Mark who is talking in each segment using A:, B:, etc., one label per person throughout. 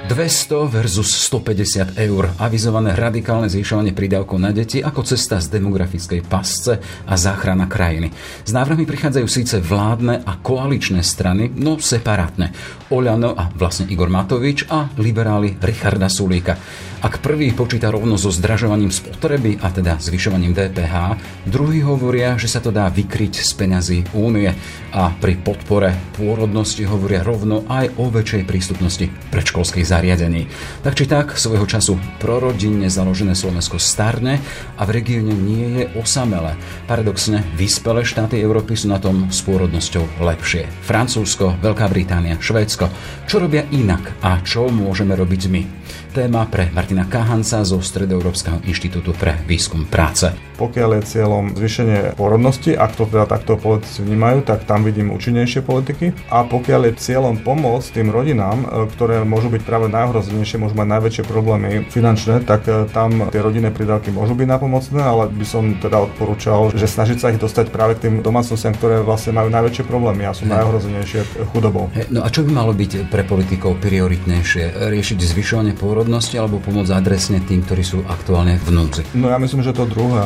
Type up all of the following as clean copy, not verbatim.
A: 200 versus 150 eur. Avizované radikálne zvyšovanie prídavkov na deti ako cesta z demografickej pasce a záchrana krajiny. S návrhmi prichádzajú síce vládne a koaličné strany, no separátne. Oľano a vlastne Igor Matovič a liberáli Richarda Sulíka. Ak prvý počíta rovno so zdražovaním spotreby, a teda zvyšovaním DPH, druhý hovoria, že sa to dá vykryť z peňazí únie. A pri podpore pôrodnosti hovoria rovno aj o väčšej prístupnosti predškolských zariadení. Tak či tak, svojho času prorodinne založené Slovensko starne a v regióne nie je osamelé. Paradoxne, vyspelé štáty Európy sú na tom s pôrodnosťou lepšie. Francúzsko, Veľká Británia, Švédsko. Čo robia inak a čo môžeme robiť my? Téma pre Martina Kahanca zo Stredoeurópskeho inštitútu pre výskum práce.
B: Pokiaľ je cieľom zvýšenie pôrodnosti, ak to teda takto politici vnímajú, tak tam vidím účinnejšie politiky. A pokiaľ je cieľom pomôcť tým rodinám, ktoré môžu byť práve najohrozenejšie, môžu mať najväčšie problémy finančné, tak tam tie rodinné prídavky môžu byť napomocné, ale by som teda odporúčal, že snažiť sa ich dostať práve k tým domácnostiam, ktoré vlastne majú najväčšie problémy a sú najohrozenejšie chudobou.
A: No a čo by malo byť pre politikov prioritnejšie? Riešiť zvyšovanie pôrodnosti alebo pomôcť adresne tým, ktorí sú aktuálne v núdzi?
B: No ja myslím, že to druhé.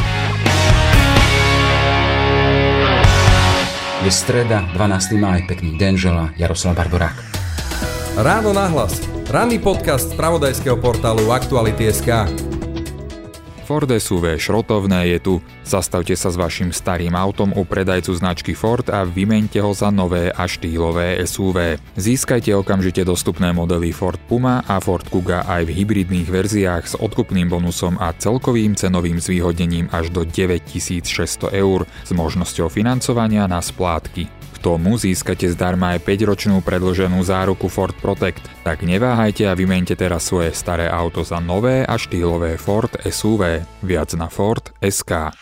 A: Je streda, 12. máj, pekný deň želá Jaroslav Barborák.
C: Ráno nahlas. Ranný podcast z spravodajského portálu Aktuality.sk.
D: Ford SUV šrotovné je tu. Zastavte sa s vašim starým autom u predajcu značky Ford a vymeňte ho za nové a štýlové SUV. Získajte okamžite dostupné modely Ford Puma a Ford Kuga aj v hybridných verziách s odkupným bonusom a celkovým cenovým zvýhodnením až do 9600 eur s možnosťou financovania na splátky. K tomu získate zdarma aj 5-ročnú predĺženú záruku Ford Protect. Tak neváhajte a vymeňte teraz svoje staré auto za nové a štýlové Ford SUV. Viac na Ford.sk.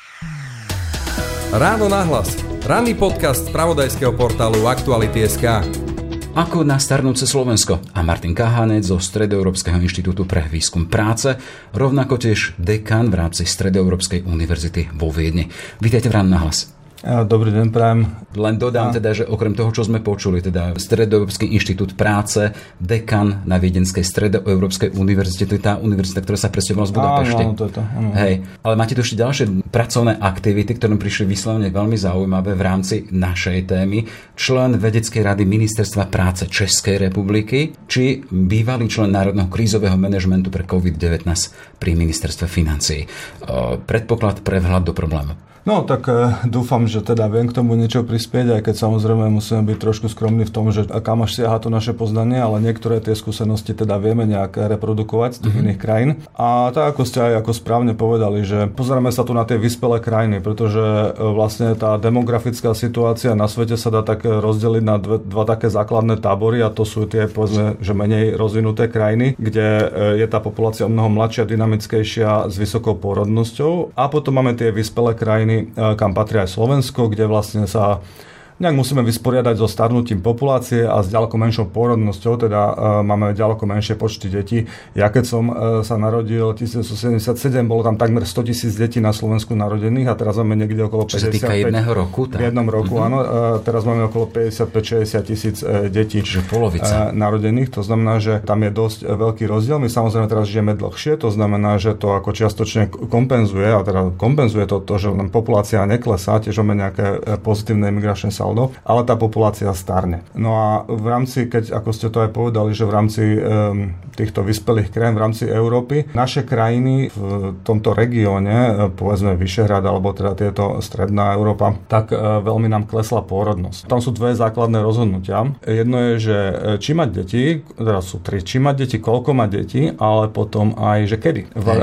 C: Ráno nahlas. Ranný podcast z spravodajského portálu Aktuality.sk.
A: Ako na starnúce Slovensko a Martin Kahanec zo Stredoeurópskeho inštitútu pre výskum práce, rovnako tiež dekan v rámci Stredoeurópskej univerzity vo Viedni. Vítajte v Ráno nahlas.
B: Dobrý deň, prajem.
A: Len dodám teda, že okrem toho, čo sme počuli, teda Stredoeurópsky inštitút práce, dekan na Viedenskej Stredoeurópskej univerzite, to je tá univerzita, ktorá sa presťahovala z Budapešti.
B: Áno, to je to. Áno.
A: Hej, ale máte tu ešte ďalšie pracovné aktivity, ktoré prišli vyslovene veľmi zaujímavé v rámci našej témy. Člen vedeckej rady Ministerstva práce Českej republiky, či bývalý člen Národného krízového manažmentu pre COVID-19 pri Ministerstve financií. Predpoklad pre vhľad do problému.
B: No tak dúfam, že teda viem k tomu niečo prispieť, aj keď samozrejme musíme byť trošku skromní v tom, že kam až siaha to naše poznanie, ale niektoré tie skúsenosti teda vieme nejak reprodukovať z tých iných krajín. A tak ako ste aj ako správne povedali, že pozeráme sa tu na tie vyspelé krajiny, pretože vlastne tá demografická situácia na svete sa dá tak rozdeliť na dva také základné tábory, a to sú tie, povedzme, že menej rozvinuté krajiny, kde je tá populácia mnoho mladšia, dynamickejšia s vysokou pôrodnosťou, a potom máme tie vyspelé krajiny, kam patrí aj Slovensko, kde vlastne sa nejak musíme vysporiadať so starnutím populácie a s ďaleko menšou pôrodnosťou, teda máme ďaleko menšie počty detí. Ja keď som sa narodil 1977, bolo tam takmer 100 000 detí na Slovensku narodených a teraz máme niekde okolo 55.
A: Čo sa týka jedného roku?
B: Tak? V jednom roku, áno. Teraz máme okolo 55-60 000 detí.
A: Čiže polovica
B: narodených. To znamená, že tam je dosť veľký rozdiel. My samozrejme teraz žijeme dlhšie, to znamená, že to ako čiastočne kompenzuje, a teda kompenzuje to, že nám populácia neklesá, tiež máme nejaké pozitívne imigračné saldo, ale tá populácia starne. No a v rámci, keď, ako ste to aj povedali, že v rámci týchto vyspelých krajín, v rámci Európy, naše krajiny v tomto regióne, povedzme Vyšehrad, alebo teda tieto stredná Európa, tak veľmi nám klesla pôrodnosť. Tam sú dve základné rozhodnutia. Jedno je, že či mať deti, teda sú tri, či mať deti, koľko mať deti, ale potom aj, že kedy, v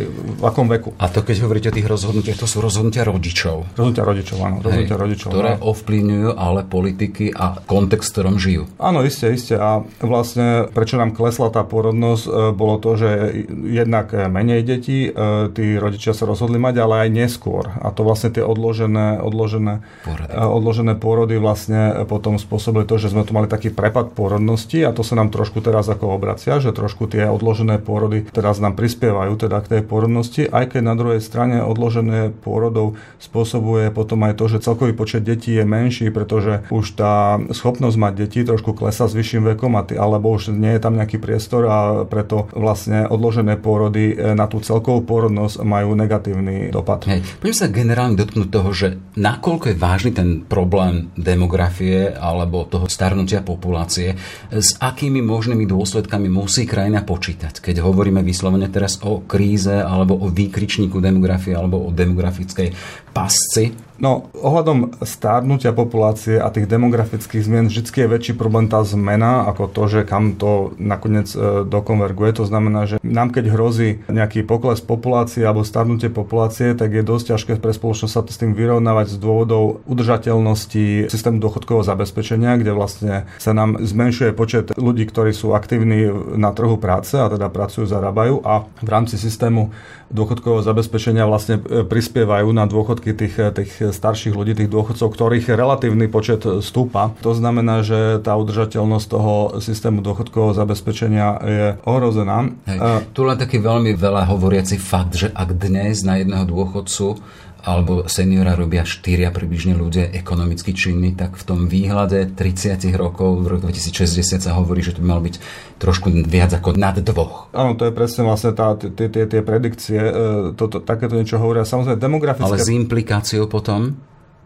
B: akom veku.
A: A to keď hovoríte o tých rozhodnutiach, to sú rozhodnutia rodičov.
B: Rozhodnutia rodičov, áno. Rozhodnutia rodičov,
A: ktoré ovplyvňujú ale politiky a kontext, v ktorom žijú.
B: Áno, iste. A vlastne, prečo nám klesla tá pôrodnosť, bolo to, že jednak menej detí, tí rodičia sa rozhodli mať, ale aj neskôr. A to vlastne tie odložené pôrody vlastne potom spôsobili to, že sme tu mali taký prepad pôrodnosti, a to sa nám trošku teraz ako obracia, že trošku tie odložené pôrody teraz nám prispievajú teda k tej pôrodnosti, aj keď na druhej strane odložené pôrodov spôsobuje potom aj to, že celkový počet detí je menší menší, pretože už tá schopnosť mať deti trošku klesá s vyšším vekom, alebo už nie je tam nejaký priestor a preto vlastne odložené pôrody na tú celkovú pôrodnosť majú negatívny dopad.
A: Poďme sa generálne dotknúť toho, že nakoľko je vážny ten problém demografie alebo toho starnutia populácie, s akými možnými dôsledkami musí krajina počítať, keď hovoríme vyslovene teraz o kríze alebo o výkričníku demografie alebo o demografickej pasci?
B: No, ohľadom stárnutia populácie a tých demografických zmien vždy je väčší problém tá zmena, ako to, že kam to nakoniec dokonverguje. To znamená, že nám keď hrozí nejaký pokles populácie alebo starnutie populácie, tak je dosť ťažké pre spoločnosť sa s tým vyrovnávať z dôvodov udržateľnosti systému dôchodkového zabezpečenia, kde vlastne sa nám zmenšuje počet ľudí, ktorí sú aktívni na trhu práce a teda pracujú, zarábajú a v rámci systému dôchodkového zabezpečenia vlastne prispievajú na dôchodky tých starších ľudí, tých dôchodcov, ktorých relatívny počet stúpa. To znamená, že tá udržateľnosť toho systému dôchodkového zabezpečenia je ohrozená.
A: Tu len taký veľmi veľa hovoriaci fakt, že ak dnes na jedného dôchodcu alebo seniora robia 4 približne ľudia ekonomicky činní, tak v tom výhľade 30 rokov v roku 2060 sa hovorí, že to by malo byť trošku viac ako nad 2.
B: Áno, to je presne vlastne tie predikcie, takéto niečo hovoria. Samozrejme demografické...
A: Ale s implikáciou potom,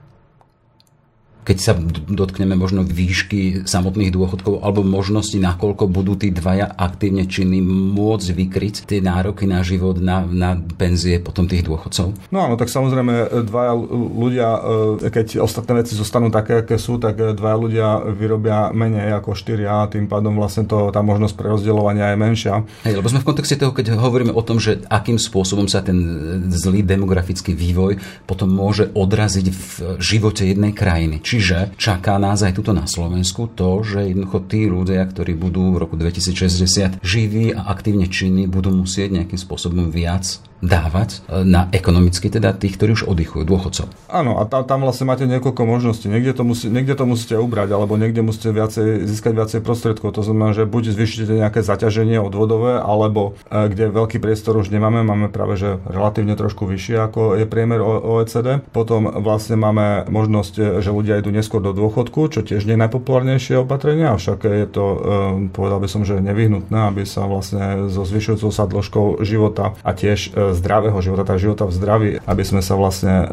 A: keď sa dotkneme možno výšky samotných dôchodkov alebo možnosti, nakoľko budú tí dvaja aktívne činní môcť vykryť tie nároky na život, na penzie potom tých dôchodcov?
B: No áno, tak samozrejme dvaja ľudia, keď ostatné veci zostanú také, aké sú, tak dvaja ľudia vyrobia menej ako 4 a tým pádom vlastne tá možnosť prerozdeľovania je menšia.
A: Lebo sme v kontexte toho, keď hovoríme o tom, že akým spôsobom sa ten zlý demografický vývoj potom môže odraziť v živote jednej krajiny. Čiže čaká nás aj tuto na Slovensku to, že jednoducho tí ľudia, ktorí budú v roku 2060 živí a aktívne činní, budú musieť nejakým spôsobom viac dávať na ekonomicky teda tých, ktorí už oddychujú, dôchodcov.
B: Áno, a tam vlastne máte niekoľko možností. Niekde to musíte ubrať, alebo niekde musíte získať viacej prostriedkov. To znamená, že buď zvýšite nejaké zaťaženie odvodové, alebo kde veľký priestor už nemáme, máme práve že relatívne trošku vyššie, ako je priemer OECD. Potom vlastne máme možnosť, že ľudia idú neskôr do dôchodku, čo tiež nie je najpopulárnejšie opatrenie, avšak je to, povedal by som, že nevyhnutné, aby sa vlastne so zvyšujúcou sa dĺžkou života a tiež zdravého života, tak života v zdraví, aby sme sa vlastne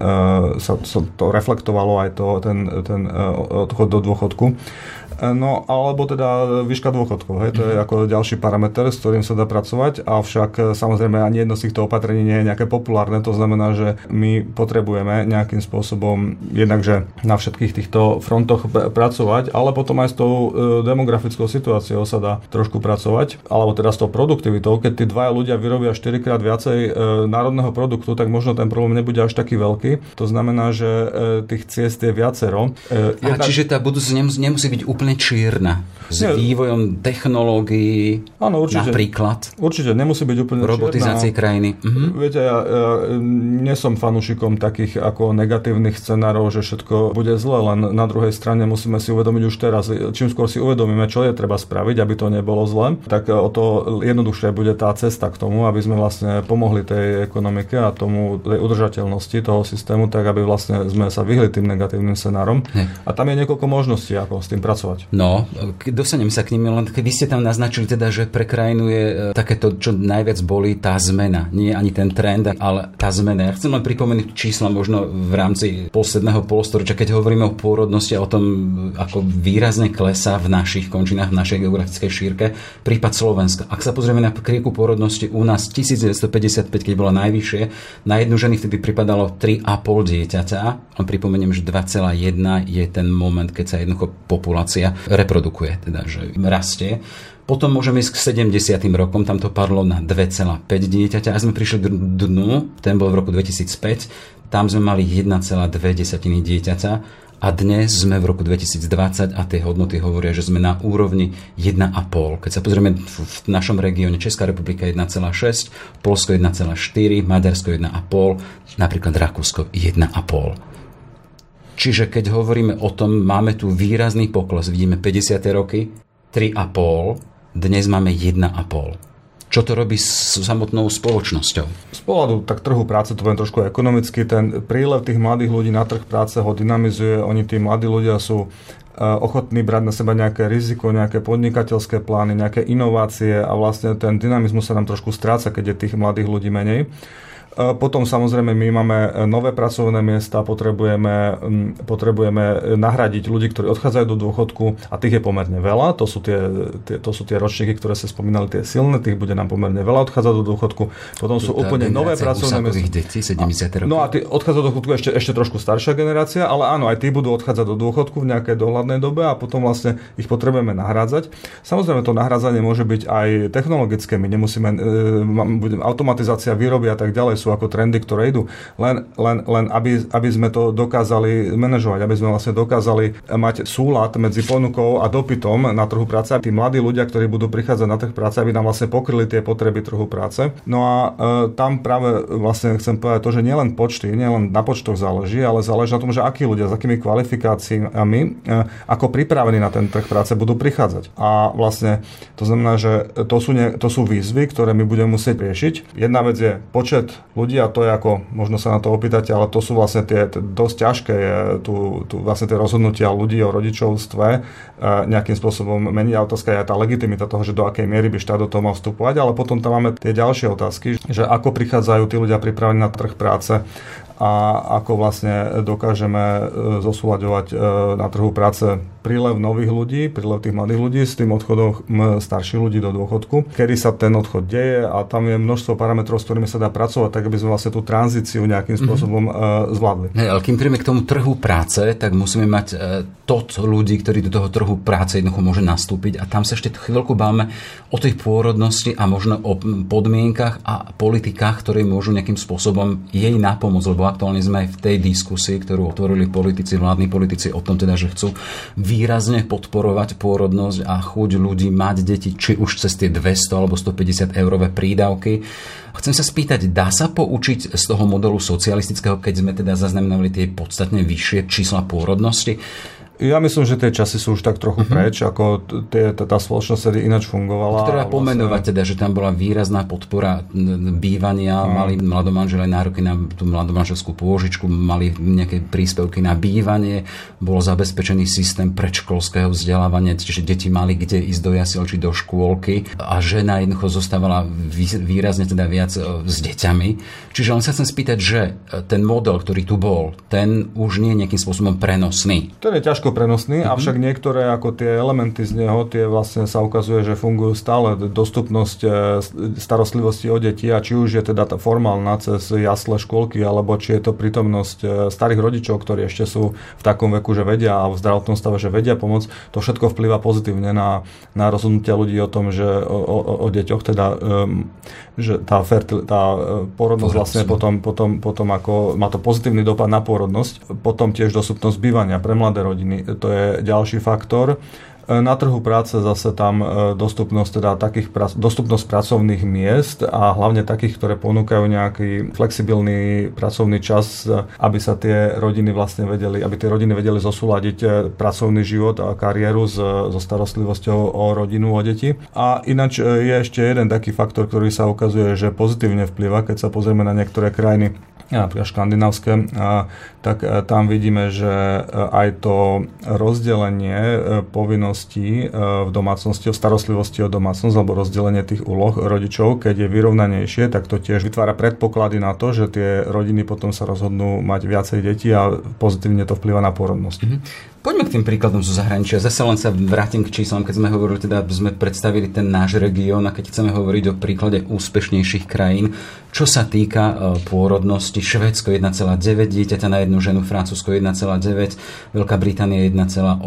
B: to reflektovalo aj ten odchod do dôchodku. No, alebo teda výška dôchodkov. To je ako ďalší parameter, s ktorým sa dá pracovať, avšak samozrejme ani jedno z týchto opatrení nie je nejaké populárne, to znamená, že my potrebujeme nejakým spôsobom jednakže na všetkých týchto frontoch pracovať, ale potom aj s tou demografickou situáciou sa dá trošku pracovať, alebo teda s tou produktivitou. Keď tí dvaja ľudia vyrobia 4-krát viacej národného produktu, tak možno ten problém nebude až taký veľký. To znamená, že tých ciest je viacero.
A: Čiže tá budúcnosť nemusí byť úplne čierna. S vývojom technológií, áno, určite, napríklad.
B: Určite, nemusí byť úplne čierna.
A: Robotizácie krajiny.
B: Viete, ja nie som fanúšikom takých ako negatívnych scenárov, že všetko bude zle, len na druhej strane musíme si uvedomiť už teraz, čím skôr si uvedomíme, čo je treba spraviť, aby to nebolo zle, tak o to jednoduchšie bude tá cesta k tomu, aby sme vlastne pomohli tej ekonomike a tej udržateľnosti toho systému, tak aby vlastne sme sa vyhli tým negatívnym scenárom. A tam je niekoľko možností, ako s tým pracovať.
A: No, dostanem sa k nim, len vy ste tam naznačili teda, že pre krajinu je takéto, čo najviac boli tá zmena. Nie ani ten trend, ale tá zmena. Ja chcem len pripomenúť čísla možno v rámci posledného polstoročia, keď hovoríme o pôrodnosti a o tom, ako výrazne klesá v našich končinách, v našej geografickej šírke, prípad Slovenska. Ak sa pozrieme na krieku pôrodnosti u nás 1955, keď bola najvyššie, na jednu ženy vtedy pripadalo 3,5 dieťaťa. Len pripomeniem, že 2,1 je ten moment, keď sa jednoducho populácia reprodukuje, teda že rastie. Potom môžeme ísť k 70. rokom, tam to padlo na 2,5 dieťaťa a sme prišli k dnu, ten bol v roku 2005, tam sme mali 1,2 dieťaťa a dnes sme v roku 2020 a tie hodnoty hovoria, že sme na úrovni 1,5. Keď sa pozrieme v našom regióne, Česká republika 1,6, Poľsko 1,4, Maďarsko 1,5, napríklad Rakúsko 1,5. Čiže keď hovoríme o tom, máme tu výrazný pokles, vidíme 50. roky, 3,5, dnes máme 1,5. Čo to robí s samotnou spoločnosťou?
B: Z pohľadu tak trhu práce, to poviem trošku ekonomicky, ten prílev tých mladých ľudí na trh práce ho dynamizuje. Oni, tí mladí ľudia, sú ochotní brať na seba nejaké riziko, nejaké podnikateľské plány, nejaké inovácie a vlastne ten dynamizmus sa nám trošku stráca, keď je tých mladých ľudí menej. Potom samozrejme my máme nové pracovné miesta, potrebujeme nahradiť ľudí, ktorí odchádzajú do dôchodku a tých je pomerne veľa. To sú tie ročníky, ktoré sa spomínali, tie silné, tých bude nám pomerne veľa odchádzať do dôchodku. Potom sú úplne nové pracovné miesta.
A: Detí, 70 rokov.
B: No a tí odchádzajú do dôchodku ešte trošku staršia generácia, ale áno, aj tí budú odchádzať do dôchodku v nejakej dohľadnej dobe a potom vlastne ich potrebujeme nahrádzať. Samozrejme to nahrádzanie môže byť aj technologické, my nemusíme automatizácia výroby a tak ďalej, sú ako trendy, ktoré idú. Len aby sme to dokázali manažovať, aby sme vlastne dokázali mať súlad medzi ponukou a dopytom na trhu práce. Tí mladí ľudia, ktorí budú prichádzať na trh práce, aby nám vlastne pokryli tie potreby trhu práce. No a tam práve vlastne chcem povedať to, že nielen na počtoch záleží, ale záleží na tom, že akí ľudia, s akými kvalifikáciami, ako pripravení na ten trh práce budú prichádzať. A vlastne to znamená, že to sú výzvy, ktoré my budeme musieť riešiť. Jedna vec je počet ľudí a to je ako, možno sa na to opýtate, ale to sú vlastne tie dosť ťažké vlastne tie rozhodnutia ľudí o rodičovstve nejakým spôsobom meniť. Otázka je aj tá legitimita toho, že do akej miery by štát do toho mal vstupovať, ale potom tam máme tie ďalšie otázky, že ako prichádzajú tí ľudia pripravení na trh práce a ako vlastne dokážeme zosúľaďovať na trhu práce prílev nových ľudí, prílev tých mladých ľudí s tým odchodom starších ľudí do dôchodku, kedy sa ten odchod deje a tam je množstvo parametrov, s ktorými sa dá pracovať, tak aby sme vlastne tú tranzíciu nejakým spôsobom zvládli.
A: Ale kým príjme k tomu trhu práce, tak musíme mať ľudí, ktorí do toho trhu práce jednoducho môže nastúpiť a tam sa ešte chvíľku bavíme o tej pôrodnosti a možno o podmienkach a politikách, ktoré môžu nejakým spôsobom jej napomôcť, lebo aktuálne sme aj v tej diskusii, ktorú otvorili vládni politici o tom teda, že chcú výrazne podporovať pôrodnosť a chuť ľudí mať deti, či už cez tie 200 alebo 150 eurové prídavky. Chcem sa spýtať, dá sa poučiť z toho modelu socialistického, keď sme teda zaznamenali tie podstatne vyššie čísla pôrodnosti?
B: Ja myslím, že tie časy sú už tak trochu preč, ako tá spoločnosť tedy ináč fungovala.
A: Treba pomenovať teda, že tam bola výrazná podpora bývania, mali mladomanželé nároky na tú mladomanželskú pôžičku, mali nejaké príspevky na bývanie, bol zabezpečený systém predškolského vzdelávania, čiže deti mali kde ísť do jasiel či do škôlky a žena jednoducho zostávala výrazne teda viac s deťami. Čiže len sa chcem spýtať, že ten model, ktorý tu bol, ten už nie je nejakým spôsobom prenosný.
B: To je ťažko prenosný, avšak niektoré ako tie elementy z neho, tie vlastne sa ukazuje, že fungujú stále. Dostupnosť starostlivosti o deti, a či už je teda tá formálna cez jasle, škôlky, alebo či je to prítomnosť starých rodičov, ktorí ešte sú v takom veku, že vedia a v zdravotnom stave, že vedia pomôcť, to všetko vplýva pozitívne na rozhodnutia ľudí o tom, že o deťoch teda, že tá pôrodnosť vlastne potom ako má to pozitívny dopad na pôrodnosť. Potom tiež dostupnosť bývania pre mladé rodiny. To je ďalší faktor. Na trhu práce zase tam dostupnosť pracovných miest a hlavne takých, ktoré ponúkajú nejaký flexibilný pracovný čas, aby sa tie rodiny vedeli zosúladiť pracovný život a kariéru so starostlivosťou o rodinu, o deti. A ináč je ešte jeden taký faktor, ktorý sa ukazuje, že pozitívne vplyva, keď sa pozrieme na niektoré krajiny, napríklad škandinávske, tak tam vidíme, že aj to rozdelenie povinností v domácnosti, v starostlivosti o domácnosť alebo rozdelenie tých úloh rodičov, keď je vyrovnanejšie, tak to tiež vytvára predpoklady na to, že tie rodiny potom sa rozhodnú mať viacej detí a pozitívne to vplyva na pôrodnosť.
A: Poďme k tým príkladom zo zahraničia. Zase len sa vrátim k číslam, keď sme hovorili, teda sme predstavili ten náš región a keď chceme hovoriť o príklade úspešnejších krajín, čo sa týka pôrodnosti, Švédsko 1,9 dieťaťa na jednu ženu, Francúzsko 1,9, Veľká Británia 1,8.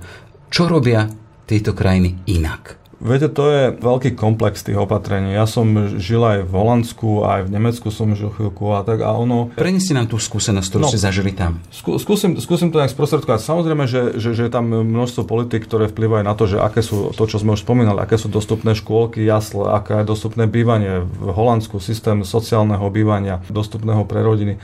A: Čo robia tieto krajiny inak?
B: Viete, to je veľký komplex tých opatrení. Ja som žil aj v Holandsku, aj v Nemecku som žil chvíľku a tak a ono...
A: Prenieste nám tú skúsenosť, ktorú ste zažili tam.
B: Skúsim to nejak sprostredkovať. Samozrejme, že je tam množstvo politik, ktoré vplyvajú na to, že aké sú to, čo sme už spomínali, aké sú dostupné škôlky, jasle, aké je dostupné bývanie. V Holandsku systém sociálneho bývania, dostupného pre rodiny.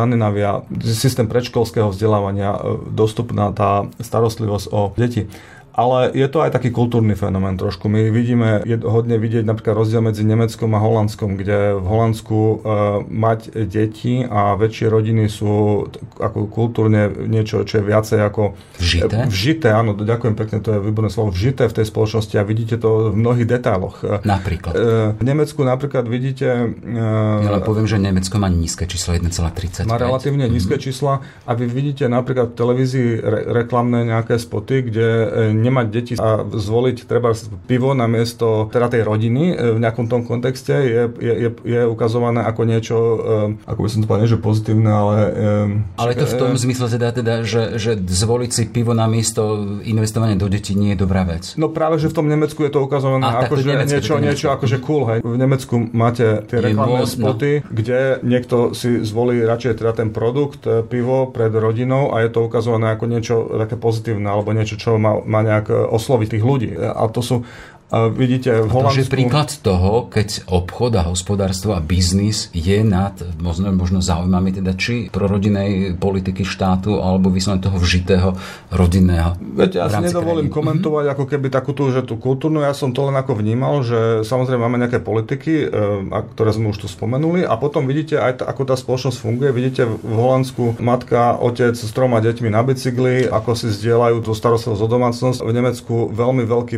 B: Škandinávia, systém predškolského vzdelávania, dostupná tá starostlivosť o deti. Ale je to aj taký kultúrny fenomén trošku. My vidíme, je hodne vidieť napríklad rozdiel medzi Nemeckom a Holandskom, kde v Holandsku mať deti a väčšie rodiny sú ako kultúrne niečo, čo je viacej ako vžité, áno, ďakujem pekne, to je výborné slovo, vžité v tej spoločnosti a vidíte to v mnohých detailoch.
A: Napríklad.
B: V Nemecku napríklad vidíte...
A: Ale poviem, že Nemecko má nízke číslo 1,35.
B: Má relatívne nízke čísla a vy vidíte napríklad v televízii reklamné nejaké spoty, kde nemať deti a zvoliť treba pivo namiesto teda tej rodiny v nejakom tom kontexte je ukazované ako niečo, ako by som to povedal, niečo pozitívne, ale...
A: Ale to v tom zmysle teda, že zvoliť si pivo namiesto investovania do detí nie je dobrá vec.
B: No práve, že v tom Nemecku je to ukazované ako niečo akože cool, hej. V Nemecku máte tie reklamné spoty, kde niekto si zvolí radšej teda ten produkt, pivo pred rodinou a je to ukazované ako niečo také pozitívne alebo niečo, čo má nejak osloviť tých ľudí. A to sú vidíte v Holandsku... To je
A: príklad toho, keď obchod a hospodárstvo a biznis je nad možno záujmami teda či prorodinnej politiky štátu alebo vyslovene toho vžitého rodinného.
B: Viete, ja si nedovolím komentovať ako keby takúto, že tú kultúrnu, ja som to len ako vnímal, že samozrejme máme nejaké politiky, ktoré sme už tu spomenuli a potom vidíte aj ako tá spoločnosť funguje. Vidíte v Holandsku matka, otec s 3 deťmi na bicykli, ako si zdieľajú tú starostlivosť o domácnosť. V Nemecku veľmi veľký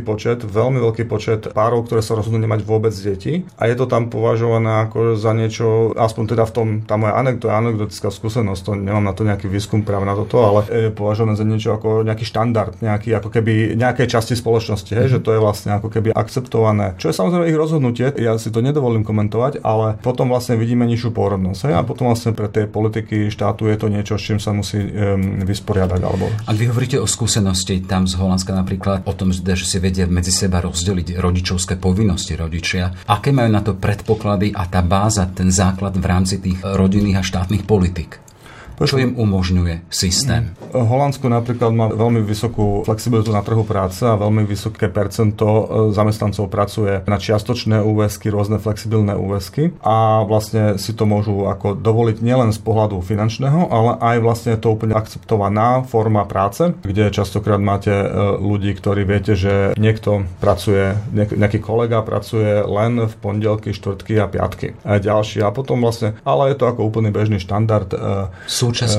B: počet párov, ktoré sa rozhodnú nemať vôbec deti. A je to tam považované ako za niečo, aspoň teda v tom, tá moja anekdotická skúsenosť, to nemám na to nejaký výskum práve na toto, ale je považované za niečo ako nejaký štandard, nejaký ako keby nejakej časti spoločnosti, že to je vlastne ako keby akceptované. Čo je samozrejme ich rozhodnutie, ja si to nedovolím komentovať, ale potom vlastne vidíme nižšiu pôrodnosť. A potom vlastne pre tie politiky štátu je to niečo, s čím sa musí vysporiadať. Alebo...
A: Ak vy hovoríte o skúsenosti tam z Holandska napríklad, o tom, že si vedia medzi seba rozdeliť rodičovské povinnosti rodičia. Aké majú na to predpoklady a tá báza, ten základ v rámci tých rodinných a štátnych politik? Čo im umožňuje systém?
B: Holandsko napríklad má veľmi vysokú flexibilitu na trhu práce a veľmi vysoké percento zamestnancov pracuje na čiastočné úväzky, rôzne flexibilné úväzky a vlastne si to môžu ako dovoliť nielen z pohľadu finančného, ale aj vlastne to úplne akceptovaná forma práce, kde častokrát máte ľudí, ktorí viete, že niekto pracuje, nejaký kolega pracuje len v pondelky, štvrtky a piatky. A ďalší a potom vlastne, ale je to ako úplný bežný štandard.
A: Súčasť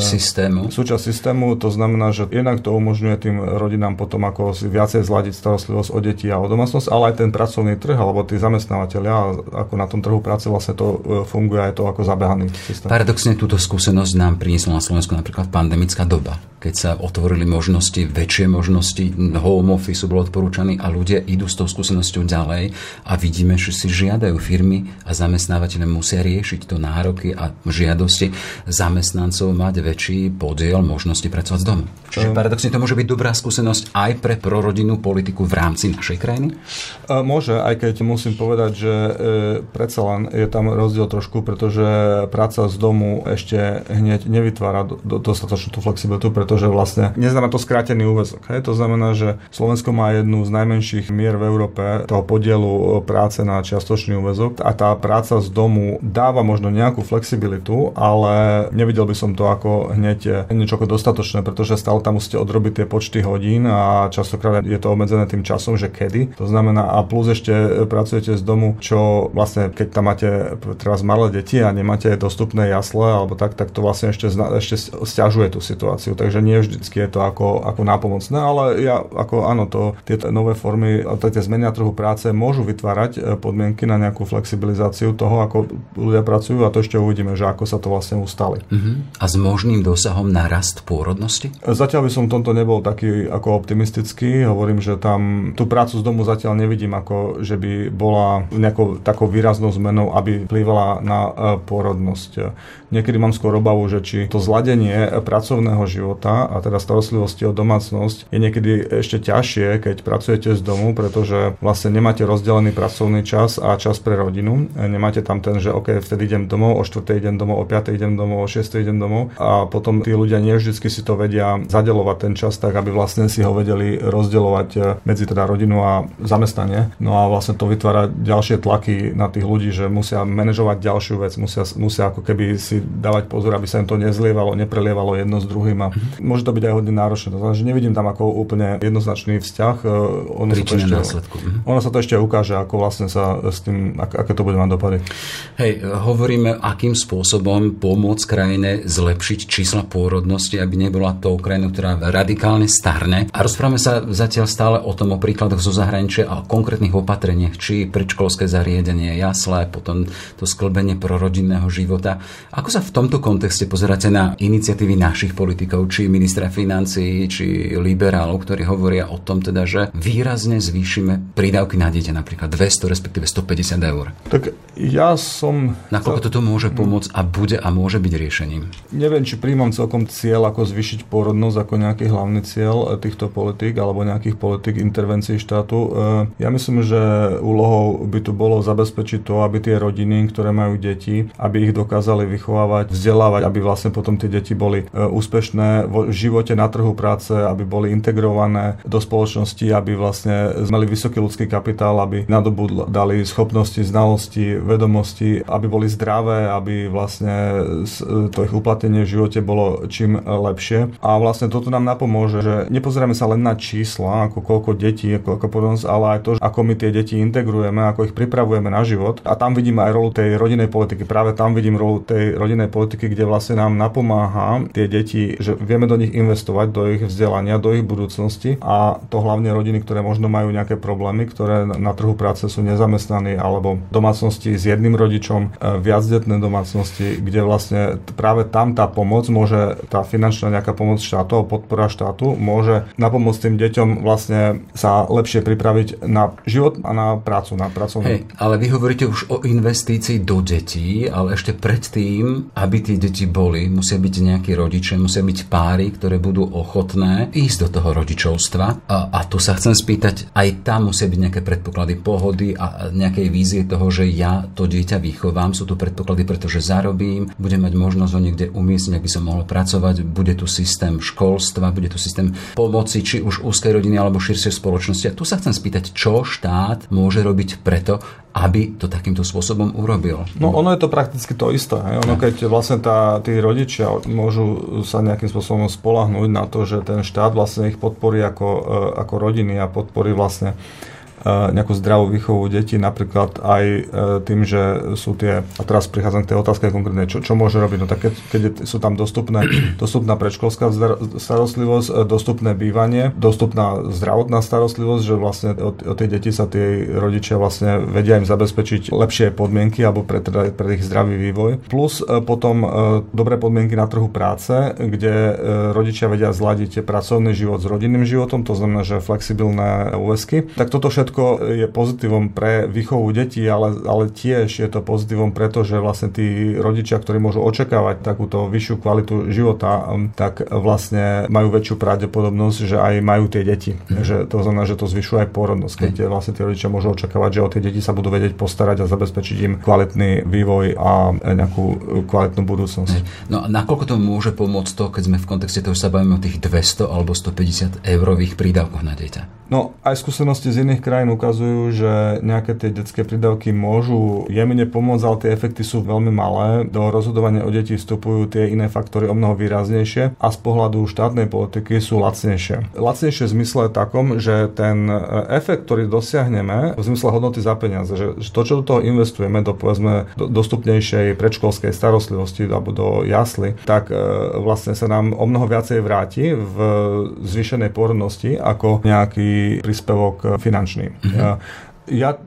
B: systému, to znamená, že jednak to umožňuje tým rodinám potom ako si viacej zladiť starostlivosť o deti a o domácnosť, ale aj ten pracovný trh, alebo tí zamestnávateľia, ako na tom trhu práce vlastne to funguje aj to ako zabehaný systém.
A: Paradoxne túto skúsenosť nám priniesla na Slovensku napríklad pandemická doba, keď sa otvorili možnosti, väčšie možnosti, home office bol odporúčaný a ľudia idú s tou skúsenosťou ďalej a vidíme, že si žiadajú firmy a zamestnávateľe musia riešiť to nároky a žiadosti zamestnancov mať väčší podiel možnosti pracovať z domu. Čiže paradoxne to môže byť dobrá skúsenosť aj pre prorodinnú politiku v rámci našej krajiny?
B: Môže, aj keď musím povedať, že predsa len je tam rozdiel trošku, pretože práca z domu ešte hneď nevytvára dostatočnú tú flexibilitu, pretože vlastne neznamená to skrátený úväzok. To znamená, že Slovensko má jednu z najmenších mier v Európe toho podielu práce na čiastočný úväzok a tá práca z domu dáva možno nejakú flexibilitu, ale nevidel by som to ako hneď niečo ako dostatočné, pretože stále tam musíte odrobiť tie počty hodín a častokrát je to obmedzené tým časom, že kedy. To znamená a plus ešte pracujete z domu, čo vlastne keď tam máte treba malé deti a nemáte dostupné jasle alebo tak to vlastne ešte sťažuje tú situáciu. Takže nie vždycky je to ako nápomocné, ale ja ako áno, tieto nové formy, tie zmeny na trhu práce môžu vytvárať podmienky na nejakú flexibilizáciu toho, ako ľudia pracujú a to ešte uvidíme, že ako sa to vlastne ustali.
A: A s možným dosahom na rast pôrodnosti?
B: Zatiaľ by som v tomto nebol taký ako optimistický. Hovorím, že tam tú prácu z domu zatiaľ nevidím, ako že by bola nejakou takou výraznou zmenou, aby vplyvala na pôrodnosť. Niekedy mám skôr obavu, že či to zladenie pracovného života a teda starostlivosti o domácnosť je niekedy ešte ťažšie, keď pracujete z domu, pretože vlastne nemáte rozdelený pracovný čas a čas pre rodinu. Nemáte tam ten, že OK, vtedy idem domov, o 4:00 idem domov, o 5:00 idem domov, o 6:00 idem domov a potom tí ľudia nie vždycky si to vedia zadeľovať ten čas tak, aby vlastne si ho vedeli rozdeľovať medzi teda rodinu a zamestnanie. No a vlastne to vytvára ďalšie tlaky na tých ľudí, že musia manažovať ďalšiu vec, musia ako keby si dávať pozor, aby sa im to nezlievalo, neprelievalo jedno s druhým a Môže to byť aj hodne náročné. To znamená, že nevidím tam ako úplne jednoznačný vzťah. Ono sa to ešte ukáže, ako vlastne sa s tým, aké to bude mať dopady.
A: Hej, hovoríme, akým spôsobom pomôcť krajine zlepšiť čísla pôrodnosti, aby nebola tou krajinou, ktorá radikálne starne. A rozprávame sa zatiaľ stále o tom, o príkladoch zo zahraničia a o konkrétnych opatreniach, či predškolské zariadenie, jasle, potom to skĺbenie prorodinného života. Ako sa v tomto kontexte pozeráte na iniciatívy našich politikov, či ministra financií, či liberálov, ktorí hovoria o tom teda, že výrazne zvýšime prídavky na dieťa, napríklad 200, respektíve 150 eur?
B: Tak ja som...
A: Nakoľko toto môže pomôcť a bude a môže byť riešením?
B: Neviem, či príjmam celkom cieľ, ako zvýšiť pôrodnosť ako nejaký hlavný cieľ týchto politík alebo nejakých politík intervencií štátu. Ja myslím, že úlohou by tu bolo zabezpečiť to, aby tie rodiny, ktoré majú deti, aby ich dokázali vychovávať, vzdelávať, aby vlastne potom tie deti boli úspešné v živote na trhu práce, aby boli integrované do spoločnosti, aby vlastne mali vysoký ľudský kapitál, aby nadobudali schopnosti, znalosti, vedomosti, aby boli zdravé, aby vlastne to ich uplatnenie v živote bolo čím lepšie. A vlastne toto nám napomôže, že nepozrieme sa len na čísla, ako koľko detí, koľko porodnosť, ale aj to, ako my tie deti integrujeme, ako ich pripravujeme na život. A tam vidím aj rolu tej rodinnej politiky. Práve tam vidím rolu tej rodinnej politiky, kde vlastne nám napomáha tie deti, že vieme do nich investovať, do ich vzdelania, do ich budúcnosti, a to hlavne rodiny, ktoré možno majú nejaké problémy, ktoré na trhu práce sú nezamestnaní, alebo domácnosti s jedným rodičom, viacdetné domácnosti, kde vlastne práve tam tá pomoc môže, tá finančná nejaká pomoc štátu, podpora štátu môže napomôcť tým deťom vlastne sa lepšie pripraviť na život a na prácu, na pracovnú.
A: Hej, ale vy hovoríte už o investícii do detí, ale ešte predtým, aby tie deti boli, musia byť nejakí rodičia, musia byť páry, ktoré budú ochotné ísť do toho rodičovstva. A tu sa chcem spýtať, aj tam musia byť nejaké predpoklady pohody a nejakej vízie toho, že ja to dieťa vychovám. Sú tu predpoklady, pretože zarobím, budem mať možnosť ho niekde umiestniť, aby som mohol pracovať, bude tu systém školstva, bude tu systém pomoci, či už úzkej rodiny alebo širšej spoločnosti. A tu sa chcem spýtať, čo štát môže robiť preto, aby to takýmto spôsobom urobil.
B: No ono je to prakticky to isté. Ono, keď vlastne tí rodičia môžu sa nejakým spôsobom spoľahnúť na to, že ten štát vlastne ich podporí ako rodiny a podporí vlastne nejakú zdravú výchovu detí, napríklad aj tým, že sú tie, a teraz prichádzam k tej otázke konkrétne, čo môže robiť, no tak keď sú tam dostupná predškolská starostlivosť, dostupné bývanie, dostupná zdravotná starostlivosť, že vlastne o tie deti sa tie rodičia vlastne vedia im zabezpečiť lepšie podmienky alebo pre ich zdravý vývoj, plus potom dobré podmienky na trhu práce, kde rodičia vedia zladiť pracovný život s rodinným životom, to znamená, že flexibilné úväzky, tak toto všetko je pozitívom pre výchovu detí, ale tiež je to pozitívom preto, že vlastne tí rodičia, ktorí môžu očakávať takúto vyššiu kvalitu života, tak vlastne majú väčšiu pravdepodobnosť, že aj majú tie deti. Že to znamená, že to zvyšuje aj pôrodnosť, keď vlastne tí rodičia môžu očakávať, že o tie deti sa budú vedieť postarať a zabezpečiť im kvalitný vývoj a nejakú kvalitnú budúcnosť.
A: No a nakoľko to môže pomôcť to, keď sme v kontexte toho sa bavíme o tých 200 alebo 150 eurových prídavkoch na dieťa?
B: No aj skúsenosti z iných krajín ukazujú, že nejaké tie detské prídavky môžu jemne pomôcť, ale tie efekty sú veľmi malé. Do rozhodovania o deti vstupujú tie iné faktory omnoho výraznejšie a z pohľadu štátnej politiky sú lacnejšie. Lacnejšie v zmysle takom, že ten efekt, ktorý dosiahneme v zmysle hodnoty za peniaze, že to, čo do toho investujeme, do povedzme dostupnejšej predškolskej starostlivosti alebo do jasly, tak vlastne sa nám omnoho viacej vráti v zvýšenej pôrodnosti ako nejaký príspevok finančný. Ja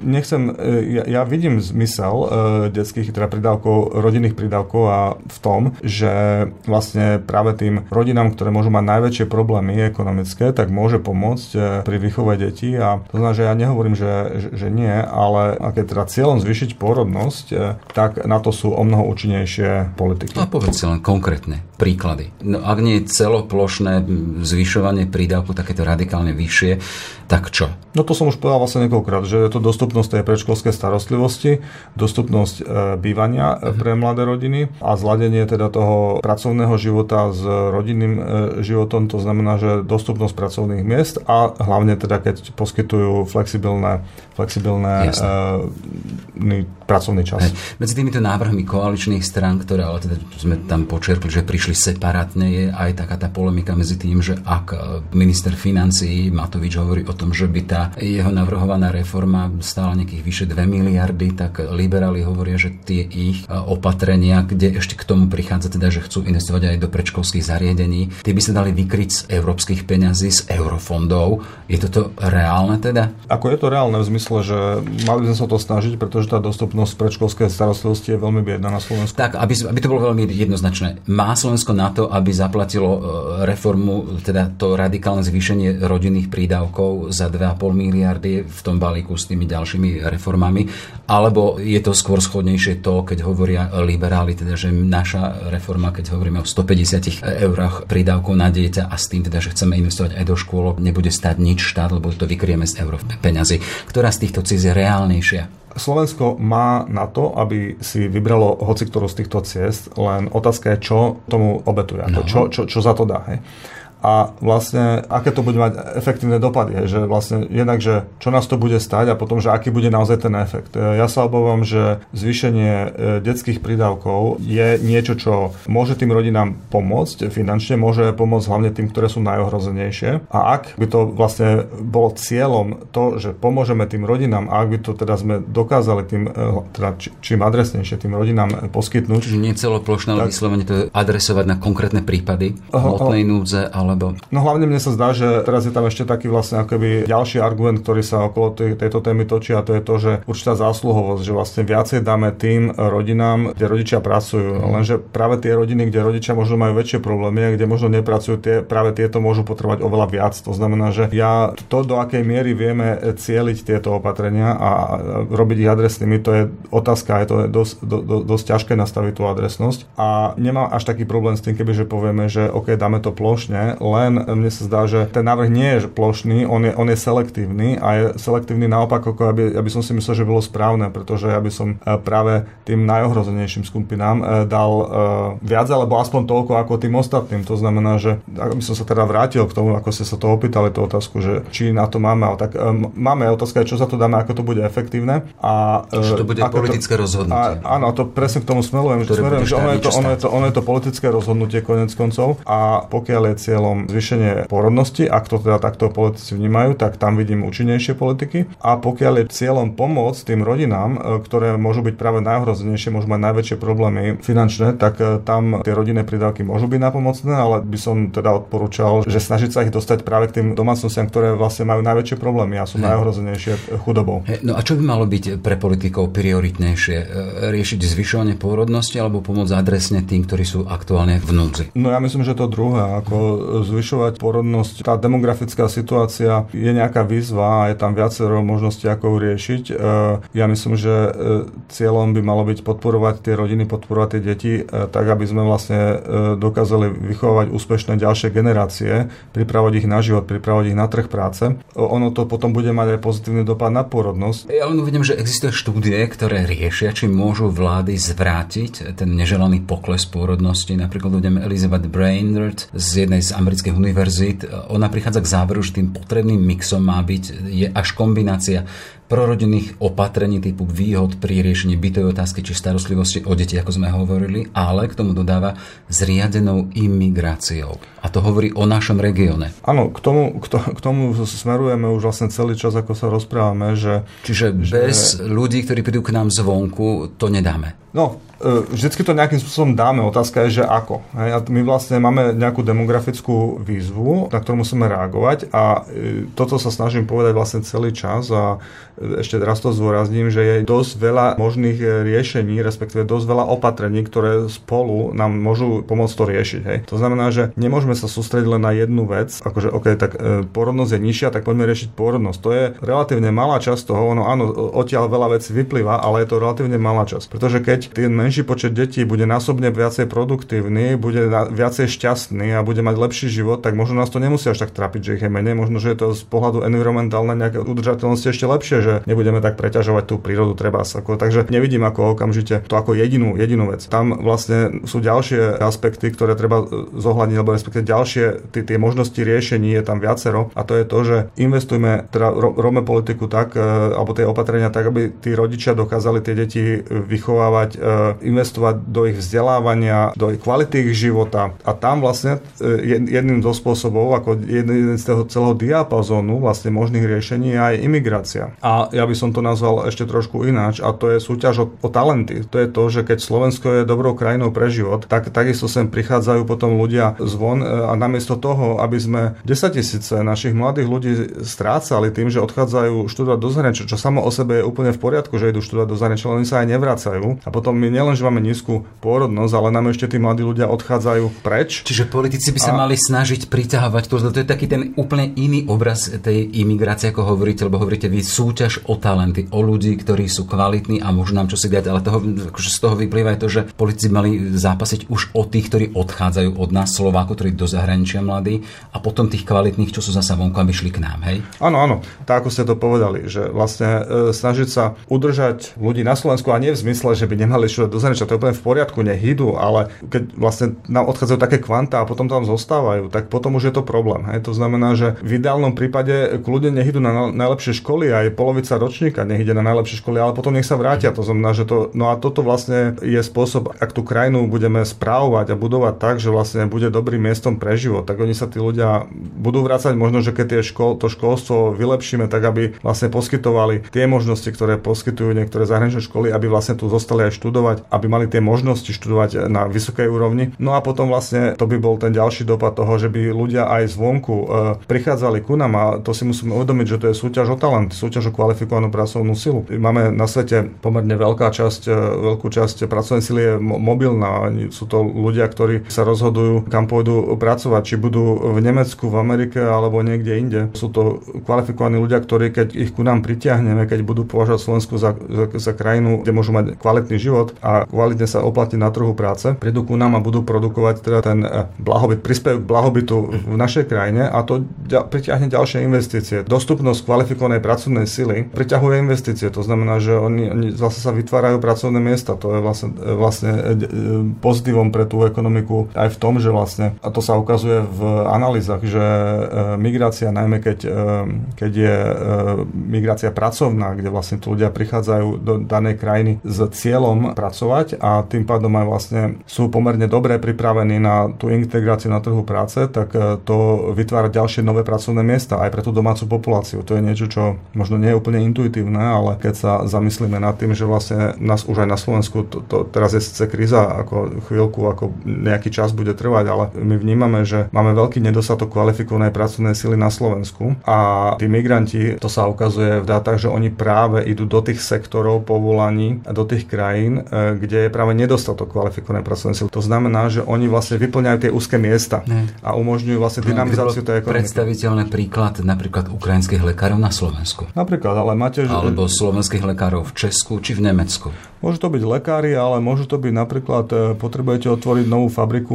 B: vidím zmysel detských teda prídavkov, rodinných prídavkov a v tom, že vlastne práve tým rodinám, ktoré môžu mať najväčšie problémy ekonomické, tak môže pomôcť pri výchove detí, a to znamená, že ja nehovorím, že nie, ale ak je teda cieľom zvýšiť pôrodnosť, tak na to sú omnoho účinnejšie politiky.
A: A povedz si len konkrétne príklady. No, ak nie je celoplošné zvyšovanie prídavku takéto radikálne vyššie, tak čo?
B: No to som už povedal vlastne niekoľkokrát, že je to dostupnosť tej predškolskej starostlivosti, dostupnosť bývania pre mladé rodiny a zladenie teda toho pracovného života s rodinným životom, to znamená, že dostupnosť pracovných miest a hlavne teda keď poskytujú flexibilné pracovný čas.
A: Medzi týmito návrhmi koaličných strán, ktoré ale teda sme tam počerpli, že prišli išli separátne. Je aj taká tá polemika medzi tým, že ak minister financií Matovič hovorí o tom, že by tá jeho navrhovaná reforma stála nejakých vyše 2 miliardy, tak liberáli hovoria, že tie ich opatrenia, kde ešte k tomu prichádza teda, že chcú investovať aj do predškolských zariadení, tie by sa dali vykryť z európskych peňazí, z eurofondov. Je toto reálne teda?
B: Ako je to reálne v zmysle, že mali by sme sa to snažiť, pretože tá dostupnosť predškolskej starostlivosti je veľmi biedna na Slovensku.
A: Tak, aby to bolo veľmi jednoznačné. Má Slovensko na to, aby zaplatilo reformu, teda to radikálne zvýšenie rodinných prídavkov za 2,5 miliardy v tom balíku s tými ďalšími reformami, alebo je to skôr schodnejšie to, keď hovoria liberáli, teda, že naša reforma, keď hovoríme o 150 eurách prídavkov na dieťa a s tým teda, že chceme investovať aj do škôl, nebude stať nič štát, lebo to vykryjeme z peňazí. Ktorá z týchto ciest je reálnejšia?
B: Slovensko má na to, aby si vybralo hociktorú z týchto ciest, len otázka je, čo tomu obetuje, čo za to dá. Hej. A vlastne, aké to bude mať efektívne dopady, že vlastne jednak, že čo nás to bude stáť a potom, že aký bude naozaj ten efekt. Ja sa obávam, že zvýšenie detských prídavkov je niečo, čo môže tým rodinám pomôcť finančne, môže pomôcť hlavne tým, ktoré sú najohrozenejšie. A ak by to vlastne bolo cieľom to, že pomôžeme tým rodinám, a ak by to teda sme dokázali tým, teda čím adresnejšie tým rodinám poskytnúť.
A: Čiže nie celoplošné, ale vyslovene to adresovať na konkrétne prípady hmotnej núdze, alebo...
B: No hlavne mne sa zdá, že teraz je tam ešte taký vlastne akoby ďalší argument, ktorý sa okolo tejto témy točí, a to je to, že určitá zásluhovosť, že vlastne viacej dáme tým rodinám, kde rodičia pracujú. Lenže práve tie rodiny, kde rodičia možno majú väčšie problémy a kde možno nepracujú, práve tieto môžu potrebovať oveľa viac. To znamená, že do akej miery vieme cieliť tieto opatrenia a robiť ich adresnými, to je otázka, je to dosť ťažké nastaviť tú adresnosť. A nemám až taký problém s tým, kebyže povieme, že OK, dáme to plošne, len mne sa zdá, že ten návrh nie je plošný, on je selektívny a je selektívny naopak, ako aby som si myslel, že bolo správne, pretože ja by som práve tým najohrozenejším skupinám dal viac, alebo aspoň toľko ako tým ostatným. To znamená, že aby som sa teda vrátil k tomu, ako ste sa to opýtali, tú otázku, že či na to máme, tak máme, otázka je, čo za to dáme, ako to bude efektívne. A
A: že to bude politické rozhodnutie.
B: Áno, to presne k tomu smerujem, že ono je to politické rozhodnutie koniec koncov, a pokiaľ je cieľom zvýšenie porodnosti, ak to teda takto politici vnímajú, tak tam vidím účinnejšie politiky. A pokiaľ je cieľom pomôcť tým rodinám, ktoré môžu byť práve najohrozenejšie, môžu mať najväčšie problémy finančné, tak tam tie rodinné prídavky môžu byť napomocné, ale by som teda odporúčal, že snažiť sa ich dostať práve k tým domácnostiam, ktoré vlastne majú najväčšie problémy a sú najohrozenejšie chudobou.
A: No a čo by malo byť pre politikov prioritnejšie? Riešiť zvyšovanie pôrodnosti alebo pomôcť adresne tým, ktorí sú aktuálne v núdzi?
B: No ja myslím, že to druhé, ako zvyšovať porodnosť. Tá demografická situácia je nejaká výzva a je tam viacero možností, ako ju riešiť. Ja myslím, že cieľom by malo byť podporovať tie rodiny, podporovať tie deti, tak aby sme vlastne dokázali vychovávať úspešné ďalšie generácie, pripravovať ich na život, pripravovať ich na trh práce. Ono to potom bude mať aj pozitívny dopad na porodnosť.
A: Ja len uvidím, že existujú štúdie, ktoré riešia, či môžu vlády zvrátiť ten neželaný pokles pôrodnosti. Napríklad uvidím Elizabeth Brainerd z jednej z amerických univerzít. Ona prichádza k záveru, že tým potrebným mixom má byť je až kombinácia prorodinných opatrení typu výhod pri riešení bytovej otázky či starostlivosti o deti, ako sme hovorili, ale k tomu dodáva zriadenou imigráciou. A to hovorí o našom regióne.
B: Áno, k tomu smerujeme už vlastne celý čas, ako sa rozprávame, že...
A: Čiže bez ľudí, ktorí prídu k nám zvonku, to nedáme.
B: No, vždycky to nejakým spôsobom dáme. Otázka je, že ako. A my vlastne máme nejakú demografickú výzvu, na ktorú musíme reagovať, a toto sa snažím povedať vlastne celý čas, a ešte raz to zdôrazním, že je dosť veľa možných riešení, respektíve dosť veľa opatrení, ktoré spolu nám môžu pomôcť to riešiť. Hej. To znamená, že nemôžeme sa sústrediť len na jednu vec, akože OK, tak porodnosť je nižšia, tak poďme riešiť porodnosť. To je relatívne malá časť toho, áno, odtiaľ veľa vecí vyplýva, ale je to relatívne malá časť. Pretože keď ten menší počet detí bude násobne viacej produktívny, bude viacej šťastný a bude mať lepší život, tak možno nás to nemusí až tak trápiť, že ich je menej, možno, že je to z pohľadu environmentálnej nejaké udržateľnosti ešte lepšie, že nebudeme tak preťažovať tú prírodu takže nevidím ako okamžite to ako jedinú vec. Tam vlastne sú ďalšie aspekty, ktoré treba zohľadniť, alebo respektíve ďalšie tie možnosti riešení je tam viacero, a to je to, že investujme, teda robme politiku tak, alebo tie opatrenia tak, aby tí rodičia dokázali tie deti vychovávať investovať do ich vzdelávania, do ich kvality ich života. A tam vlastne jedným zo spôsobov, ako jeden z toho celého diapazónu vlastne možných riešení je aj imigrácia. A ja by som to nazval ešte trošku ináč, a to je súťaž o talenty. To je to, že keď Slovensko je dobrou krajinou pre život, tak takisto sem prichádzajú potom ľudia zvon a namiesto toho, aby sme 10 000 našich mladých ľudí strácali tým, že odchádzajú študovať do zahraničia, čo samo o sebe je úplne v poriadku, že idú študovať do zahraničia, ale oni sa aj nevracajú. A potom my nielen, že máme nízku pôrodnosť, ale nám ešte tí mladí ľudia odchádzajú preč.
A: Čiže politici by sa mali snažiť priťahovať, to je taký ten úplne iný obraz tej imigrácie, ako hovoríte, lebo hovoríte vy súťaž o talenty, o ľudí, ktorí sú kvalitní a môžu nám čo si dať, ale akože z toho vyplýva aj to, že politici mali zápasiť už o tých, ktorí odchádzajú od nás, Slovákov, ktorí do zahraničia mladí, a potom tých kvalitných, čo sú zasa vonku, aby šli k nám, hej?
B: Áno, tak ako ste to povedali, že vlastne snažiť sa udržať ľudí na Slovensku, a nie v zmysle, že by nemali študovať do zahraničia, to je úplne v poriadku, nech idú, ale keď vlastne nám odchádzajú také kvantá a potom tam zostávajú, tak potom už je to problém, hej? To znamená, že v ideálnom prípade ľudia nech idú na najlepšie školy, aj polovica ročníka nech ide na najlepšie školy, ale potom nech sa vrátia. To znamená, že toto vlastne je spôsob, ak tú krajinu budeme správovať a budovať tak, že vlastne bude dobrým miestom pre život, tak oni sa tí ľudia budú vrácať, možno, že keď to školstvo vylepšíme, tak aby vlastne poskytovali tie možnosti, ktoré poskytujú niektoré zahraničné školy, aby vlastne tu zostali aj študovať, aby mali tie možnosti študovať na vysokej úrovni. No a potom vlastne to by bol ten ďalší dopad toho, že by ľudia aj zvonku prichádzali ku nám, a to si musíme uvedomiť, že to je súťaž o talent, súťaž o kvalifikovanú pracovnú silu. Máme na svete pomerne veľkú časť pracovnej sily je mobilná. Sú to ľudia, ktorí sa rozhodujú, kam pôjdu pracovať, či budú v Nemecku, v Amerike alebo niekde inde. Sú to kvalifikovaní ľudia, ktorí, keď ich ku nám pritiahneme, keď budú považovať Slovensku za krajinu, kde môžu mať kvalitný život a kvalitne sa oplatiť na trhu práce, prídu ku nám a budú produkovať teda ten blahobyt, prispievajú k blahobytu v našej krajine, a to pritiahne ďalšie investície. Dostupnosť kvalifikovanej pracovnej sily priťahuje investície. To znamená, že oni zase sa vytvárajú pracovné miesta. To je vlastne pozitívom pre tú ekonomiku aj v tom, že vlastne, a to sa ukazuje v analýzach, že migrácia, najmä keď je migrácia pracovná, kde vlastne tu ľudia prichádzajú do danej krajiny s cieľom pracovať a tým pádom aj vlastne sú pomerne dobre pripravení na tú integráciu na trhu práce, tak to vytvára ďalšie nové pracovné miesta aj pre tú domácu populáciu. To je niečo, čo možno nie je úplne intuitívne, ale keď sa zamyslíme nad tým, že vlastne nás už aj na Slovensku, to teraz je síce kríza, ako chvíľku, ako nejaký čas bude trvať, ale my vnímame, že máme veľký nedostatok kvalifikovanej pracovnej sily na Slovensku a tí migranti, to sa ukazuje v dátach, že oni práve idú do tých sektorov povolaní a do tých krajín, kde je práve nedostatok kvalifikovanej pracovnej sily. To znamená, že oni vlastne vyplňajú tie úzke miesta a umožňujú vlastne dynamizáciu tej ekonomiky.
A: Predstaviteľný príklad napríklad ukrajinských lekárov na Slovensku.
B: Napríklad, ale máte,
A: alebo slovenských lekárov v Česku či v Nemecku.
B: Môžu to byť lekári, ale môžu to byť napríklad, potrebujete otvoriť novú fabriku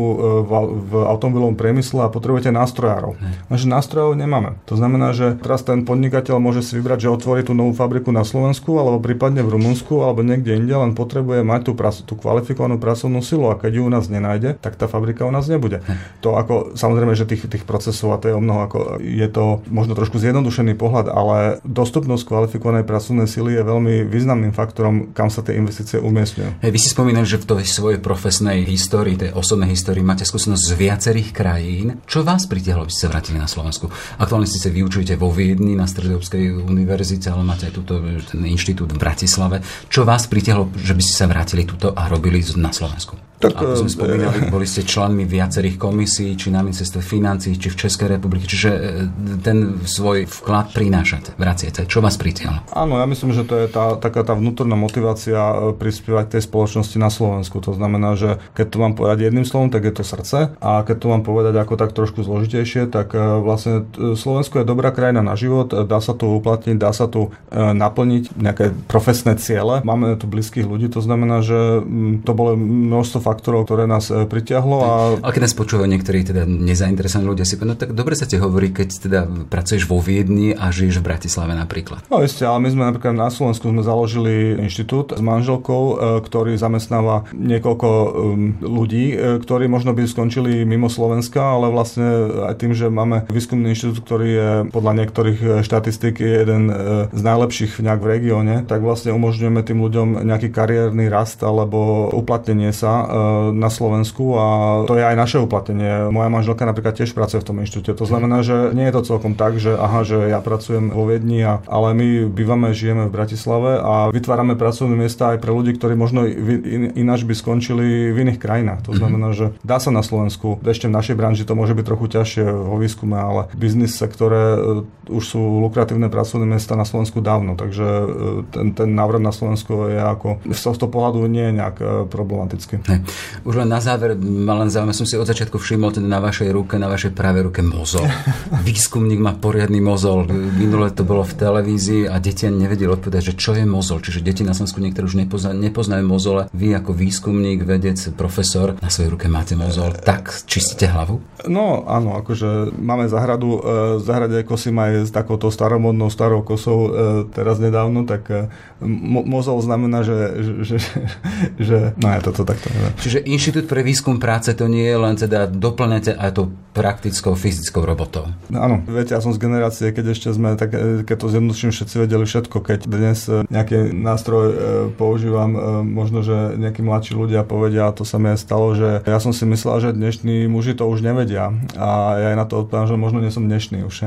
B: v automobilovom priemysle a potrebujete nástrojárov. Takže nástrojov nemáme. To znamená, že teraz ten podnikateľ môže si vybrať, že otvorí tú novú fabriku na Slovensku alebo prípadne v Rumunsku alebo niekde inde, len potrebuje mať tú kvalifikovanú pracovnú silu, a keď ju u nás nenájde, tak tá fabrika u nás nebude. To ako, samozrejme, že tých procesov, a to je omnoho, ako je to možno trošku zjednodušený pohľad, ale dostupnosť kvalifikovanej pracovnej sily je veľmi významným faktorom, kam sa tie investície umiestňujú.
A: Vy si spomínali, že v tej svojej profesnej histórii, tej osobnej histórii máte skúsenosť z viacerých krajín. Čo vás pritiahlo, aby ste sa vrátili na Slovensku? Aktuálne si vyučujete vo Viedni na Stredoeurópskej univerzite, ale máte aj ten inštitút v Bratislave. Čo vás pritiahlo, že by ste sa vrátili tuto a robili na Slovensku? Tak, ako sme spomínali, boli ste členmi viacerých komisí, či na ministerstve financií, či v Českej republike, čiže ten svoj vklad prinášate, vraciate. Čo vás pritiahlo?
B: Áno, ja myslím, že to je taká tá vnútorná motivácia prispievať tej spoločnosti na Slovensku. To znamená, že keď to mám povedať jedným slovom, tak je to srdce, a keď to mám povedať ako tak trošku zložitejšie, tak vlastne Slovensko je dobrá krajina na život, dá sa tu uplatniť, dá sa tu naplniť nejaké profesné ciele. Máme tu blízkych ľudí, to znamená, že to bolo množstvo faktorov, ktoré nás pritiahlo.
A: Ale keď nás počúvajú niektorí teda nezainteresovaní ľudia, si povedal, no tak dobre sa ti hovorí, keď teda pracuješ vo Viedni a žiješ v Bratislave napríklad.
B: No isté, ale my sme napríklad na Slovensku založili inštitút s manželkou, ktorý zamestnáva niekoľko ľudí, ktorí možno by skončili mimo Slovenska, ale vlastne aj tým, že máme výskumný inštitút, ktorý je podľa niektorých štatistík jeden z najlepších nejak v regióne, tak vlastne umožňujeme tým ľuďom nejaký kariérny rast alebo uplatnenie sa na Slovensku a to je aj naše uplatnenie. Moja manželka napríklad tiež pracuje v tom inštitúte. To znamená, že nie je to celkom tak, že ja pracujem vo Viedni, ale my bývame, žijeme v Bratislave a vytvárame pracovné miesta aj pre ľudí, ktorí možno ináč by skončili v iných krajinách. To znamená, že dá sa na Slovensku, ešte v našej branži to môže byť trochu ťažšie vo výskume, ale v biznis sektore už sú lukratívne pracovné miesta na Slovensku dávno, takže ten návrat na Slovensko je ako z tohto pohľadu nie je nejak problematický.
A: Už len na záver, len zaujímavé, som si od začiatku všimol teda na vašej ruke, na vašej pravej ruke mozol. Výskumník má poriadny mozol. Minule to bolo v televízii a deti ani nevedeli odpovedať, že čo je mozol. Čiže deti na Slovensku niektoré už nepoznajú mozole. Vy ako výskumník, vedec, profesor na svojej ruke máte mozol. Tak čistíte hlavu?
B: No áno, akože máme záhradu. V záhrade kosím aj s takouto staromodnou starou kosou teraz nedávno, tak mozol znamená, že no je toto takto. Ne?
A: Čiže Inštitút pre výskum práce to nie je len teda doplňate aj to praktickou, fyzickou robotou.
B: Áno, viete, ja som z generácie, keď ešte sme, tak keď to zjednoduším, všetci vedeli všetko. Keď dnes nejaký nástroj používam, možno, že nejakí mladší ľudia povedia, a to sa mi aj stalo, že ja som si myslel, že dnešní muži to už nevedia. A ja aj na to odpovedám, že možno nie som dnešný už.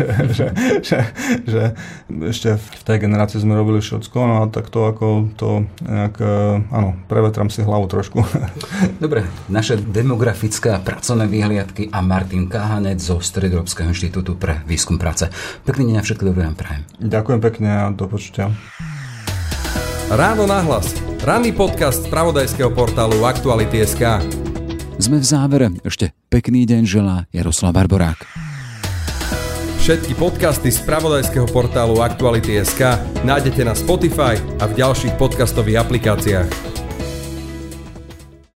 B: Že ešte v tej generácii sme robili všetko, no a tak to ako to nejak, áno, prevetrám si hlavu trošku.
A: Dobre, naše demografické a pracovné výhliadky a Martin Káhanec zo Stredoeurópskeho inštitútu pre výskum práce. Pekný deň a všetko dobré vám prajem.
B: Ďakujem pekne a do počutia.
C: Ráno nahlas. Ranný podcast z spravodajského portálu Aktuality.sk.
A: Sme v závere. Ešte pekný deň želá Jaroslav Barborák.
C: Všetky podcasty z spravodajského portálu Aktuality.sk nájdete na Spotify a v ďalších podcastových aplikáciách.